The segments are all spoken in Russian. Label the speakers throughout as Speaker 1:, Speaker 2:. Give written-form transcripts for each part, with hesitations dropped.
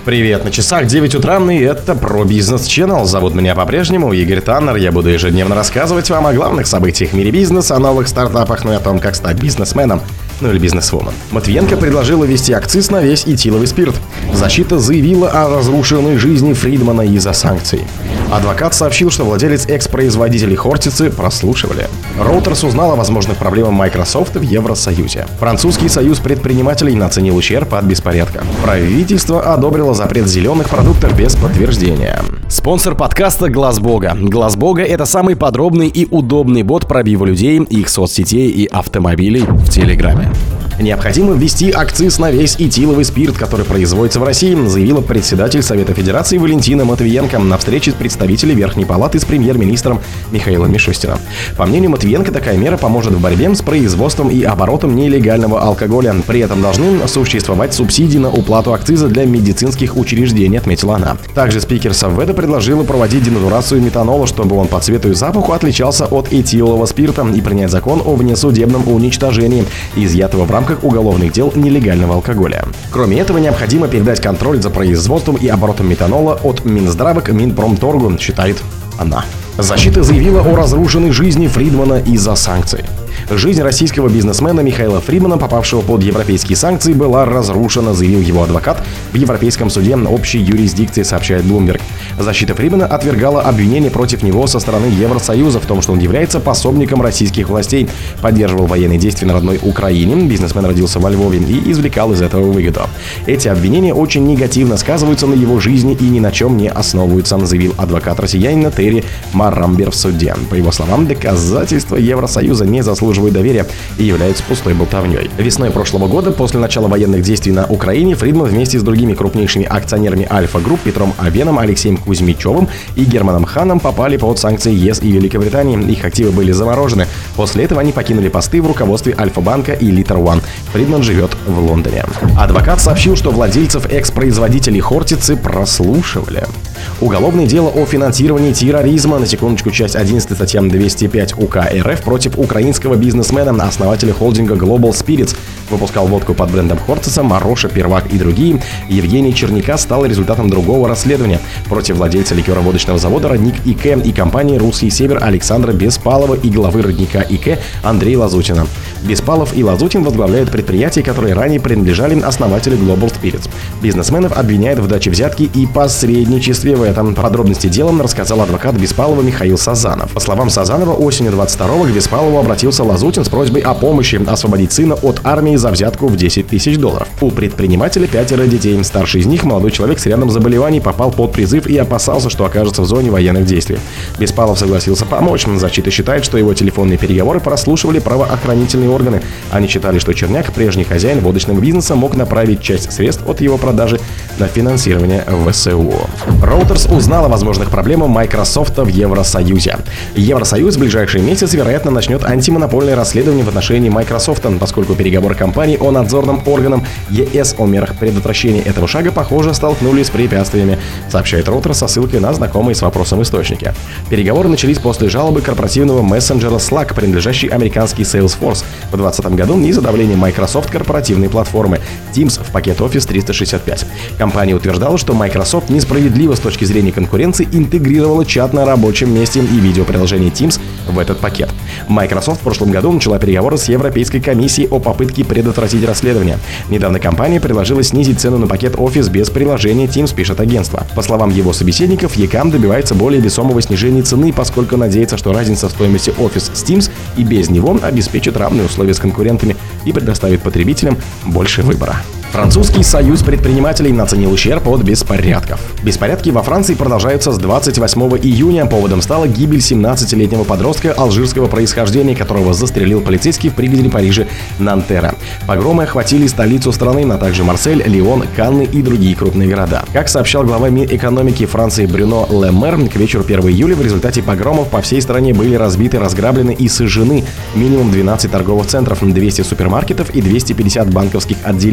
Speaker 1: Привет, на часах 9 утра, и это про бизнес Channel. Зовут меня по-прежнему Игорь Таннер. Я буду ежедневно рассказывать вам о главных событиях в мире бизнеса, о новых стартапах, и о том, как стать бизнесменом, или бизнесвумен. Матвиенко предложила ввести акциз на весь этиловый спирт. Защита заявила о разрушенной жизни Фридмана из-за санкций. Адвокат сообщил, что владелец экс-производителей Хортицы прослушивали. Reuters узнал о возможных проблемах Microsoft в Евросоюзе. Французский союз предпринимателей наценил ущерб от беспорядка. Правительство одобрило запрет зеленых продуктов без подтверждения. Спонсор подкаста Глаз Бога. Глаз Бога — это самый подробный и удобный бот пробива людей, их соцсетей и автомобилей в Телеграме. Необходимо ввести акциз на весь этиловый спирт, который производится в России, заявила председатель Совета Федерации Валентина Матвиенко на встрече с представителями Верхней Палаты с премьер-министром Михаилом Мишустиным. По мнению Матвиенко, такая мера поможет в борьбе с производством и оборотом нелегального алкоголя. При этом должны существовать субсидии на уплату акциза для медицинских учреждений, отметила она. Также спикер Совета предложила проводить денатурацию метанола, чтобы он по цвету и запаху отличался от этилового спирта, и принять закон о внесудебном уничтожении изъятого в рамках уголовных дел нелегального алкоголя. Кроме этого, необходимо передать контроль за производством и оборотом метанола от Минздрава к Минпромторгу, считает она. Защита заявила о разрушенной жизни Фридмана из-за санкций. Жизнь российского бизнесмена Михаила Фридмана, попавшего под европейские санкции, была разрушена, заявил его адвокат в Европейском суде общей юрисдикции, сообщает Bloomberg. Защита Фридмана отвергала обвинения против него со стороны Евросоюза в том, что он является пособником российских властей, поддерживал военные действия на родной Украине, бизнесмен родился во Львове и извлекал из этого выгоду. Эти обвинения очень негативно сказываются на его жизни и ни на чем не основываются, заявил адвокат россиянина Терри Марамбер в суде. По его словам, доказательства Евросоюза не заслуживают доверия и являются пустой болтовней. Весной прошлого года, после начала военных действий на Украине, Фридман вместе с другими крупнейшими акционерами Альфа-Групп Петром Авеном, Алексеем Кузьмичевым и Германом Ханом попали под санкции ЕС и Великобритании. Их активы были заморожены. После этого они покинули посты в руководстве Альфа-банка и Литер One. Фридман живет в Лондоне. Адвокат сообщил, что владельцев экс-производителей Хортицы прослушивали. Уголовное дело о финансировании терроризма, на секундочку, часть 11 статья 205 УК РФ против украинского бизнесмена, основателя холдинга Global Spirits, выпускал водку под брендом Хортица, Мароша, Первак и другие, Евгений Черняка, стал результатом другого расследования против владельца ликероводочного завода «Родник ИК» и компании «Русский Север» Александра Беспалова и главы «Родника ИК» Андрея Лазутина. Беспалов и Лазутин возглавляют предприятия, которые ранее принадлежали основателю Global Spirits. Бизнесменов обвиняют в даче взятки и посредничестве в этом. Подробности дела рассказал адвокат Беспалова Михаил Сазанов. По словам Сазанова, осенью 22-го к Беспалову обратился Лазутин с просьбой о помощи освободить сына от армии за взятку в $10 тысяч. У предпринимателя 5 детей. Старший из них, молодой человек с рядом заболеваний, попал под призыв и опасался, что окажется в зоне военных действий. Беспалов согласился помочь. Защита считает, что его телефонные переговоры прослушивали правоохранительные органы. Они считали, что Черняк, прежний хозяин водочного бизнеса, мог направить часть средств от его продажи на финансирование ВСУ. Reuters узнал о возможных проблемах Microsoft в Евросоюзе. Евросоюз в ближайший месяц, вероятно, начнет антимонопольное расследование в отношении Microsoft, поскольку переговоры компании о надзорном органом ЕС о мерах предотвращения этого шага, похоже, столкнулись с препятствиями, сообщает Reuters со ссылкой на знакомые с вопросом источники. Переговоры начались после жалобы корпоративного мессенджера Slack, принадлежащей американский Salesforce, в 2020 году из-за давления Microsoft корпоративной платформы Teams в пакет Office 365. Компания утверждала, что Microsoft несправедливо с точки зрения конкуренции интегрировала чат на рабочем месте и видеоприложение Teams в этот пакет. Microsoft в прошлом году начала переговоры с Европейской комиссией о попытке предотвратить расследование. Недавно компания предложила снизить цену на пакет Office без приложения Teams, пишет агентство. По словам его собеседников, ECAM добивается более весомого снижения цены, поскольку надеется, что разница в стоимости Office с Teams и без него обеспечит равные условия с конкурентами и предоставит потребителям больше выбора. Французский союз предпринимателей наценил ущерб от беспорядков. Беспорядки во Франции продолжаются с 28 июня. Поводом стала гибель 17-летнего подростка алжирского происхождения, которого застрелил полицейский в пригороде Парижа Нантера. Погромы охватили столицу страны, а также Марсель, Лион, Канны и другие крупные города. Как сообщал глава Минэкономики Франции Брюно Ле Мэр, к вечеру 1 июля в результате погромов по всей стране были разбиты, разграблены и сожжены минимум 12 торговых центров, 200 супермаркетов и 250 банковских отделений.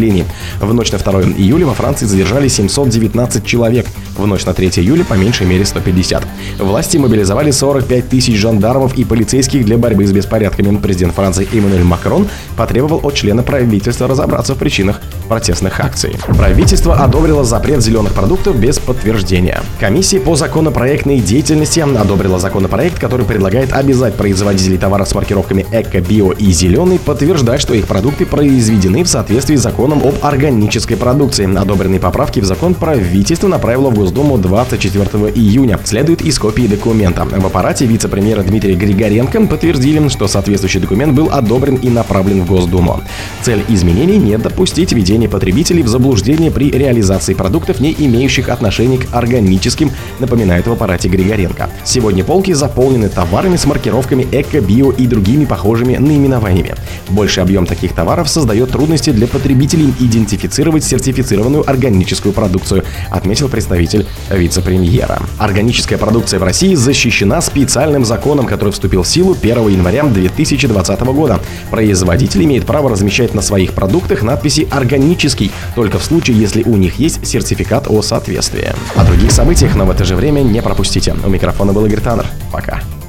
Speaker 1: В ночь на 2 июля во Франции задержали 719 человек. В ночь на 3 июля по меньшей мере 150. Власти мобилизовали 45 тысяч жандармов и полицейских для борьбы с беспорядками. Президент Франции Эммануэль Макрон потребовал от члена правительства разобраться в причинах протестных акций. Правительство одобрило запрет зеленых продуктов без подтверждения. Комиссия по законопроектной деятельности одобрила законопроект, который предлагает обязать производителей товаров с маркировками «Эко», «Био» и «Зеленый» подтверждать, что их продукты произведены в соответствии с законом об органической продукции. Одобренные поправки в закон правительство направило в Госдуму 24 июня. Следует из копии документа. В аппарате вице-премьера Дмитрия Григоренко подтвердили, что соответствующий документ был одобрен и направлен в Госдуму. Цель изменений – не допустить введения потребителей в заблуждение при реализации продуктов, не имеющих отношения к органическим, напоминает в аппарате Григоренко. Сегодня полки заполнены товарами с маркировками «Эко», «Био» и другими похожими наименованиями. Больший объем таких товаров создает трудности для потребителей идентифицировать сертифицированную органическую продукцию, отметил представитель вице-премьера. Органическая продукция в России защищена специальным законом, который вступил в силу 1 января 2020 года. Производитель имеет право размещать на своих продуктах надписи «органический» только в случае, если у них есть сертификат о соответствии. О других событиях, но в это же время не пропустите. У микрофона был Игорь Таннер. Пока.